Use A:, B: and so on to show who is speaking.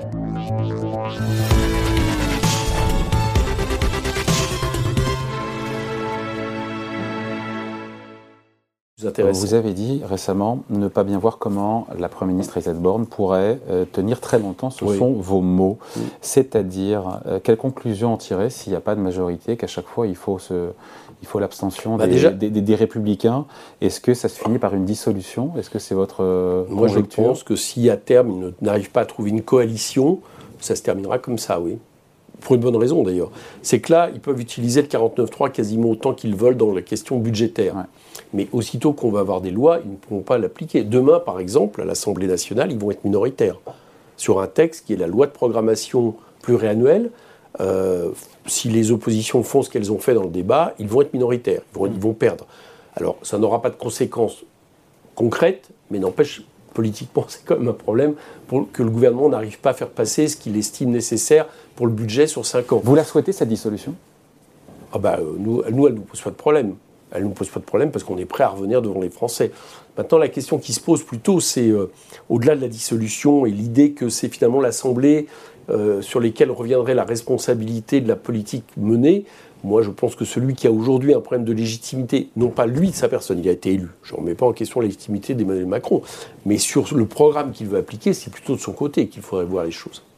A: Vous avez dit récemment ne pas bien voir comment la Première ministre Elisabeth Borne pourrait tenir très longtemps. Ce sont vos mots. C'est-à-dire, quelle conclusion en tirer s'il n'y a pas de majorité, qu'à chaque fois il faut l'abstention des Républicains? Est-ce que ça se finit par une dissolution? Est-ce que c'est votre
B: Moi,
A: conjecture?
B: je pense que si à terme ils n'arrivent pas à trouver une coalition, ça se terminera comme ça, oui. Pour une bonne raison d'ailleurs. C'est que là, ils peuvent utiliser le 49.3 quasiment autant qu'ils veulent dans la question budgétaire. Ouais. Mais aussitôt qu'on va avoir des lois, ils ne pourront pas l'appliquer. Demain, par exemple, à l'Assemblée nationale, ils vont être minoritaires. Sur un texte qui est la loi de programmation pluriannuelle, si les oppositions font ce qu'elles ont fait dans le débat, ils vont être minoritaires, ils vont perdre. Alors, ça n'aura pas de conséquences concrètes, mais n'empêche, politiquement, c'est quand même un problème pour que le gouvernement n'arrive pas à faire passer ce qu'il estime nécessaire pour le budget sur 5 ans.
A: Vous la souhaitez, cette dissolution?
B: Nous, elle ne nous pose pas de problème. Elle ne nous pose pas de problème parce qu'on est prêt à revenir devant les Français. Maintenant, la question qui se pose plutôt, c'est au-delà de la dissolution et l'idée que c'est finalement l'Assemblée sur lesquelles reviendrait la responsabilité de la politique menée. Moi, je pense que celui qui a aujourd'hui un problème de légitimité, non pas lui de sa personne, il a été élu, je ne remets pas en question la légitimité d'Emmanuel Macron, mais sur le programme qu'il veut appliquer, c'est plutôt de son côté qu'il faudrait voir les choses.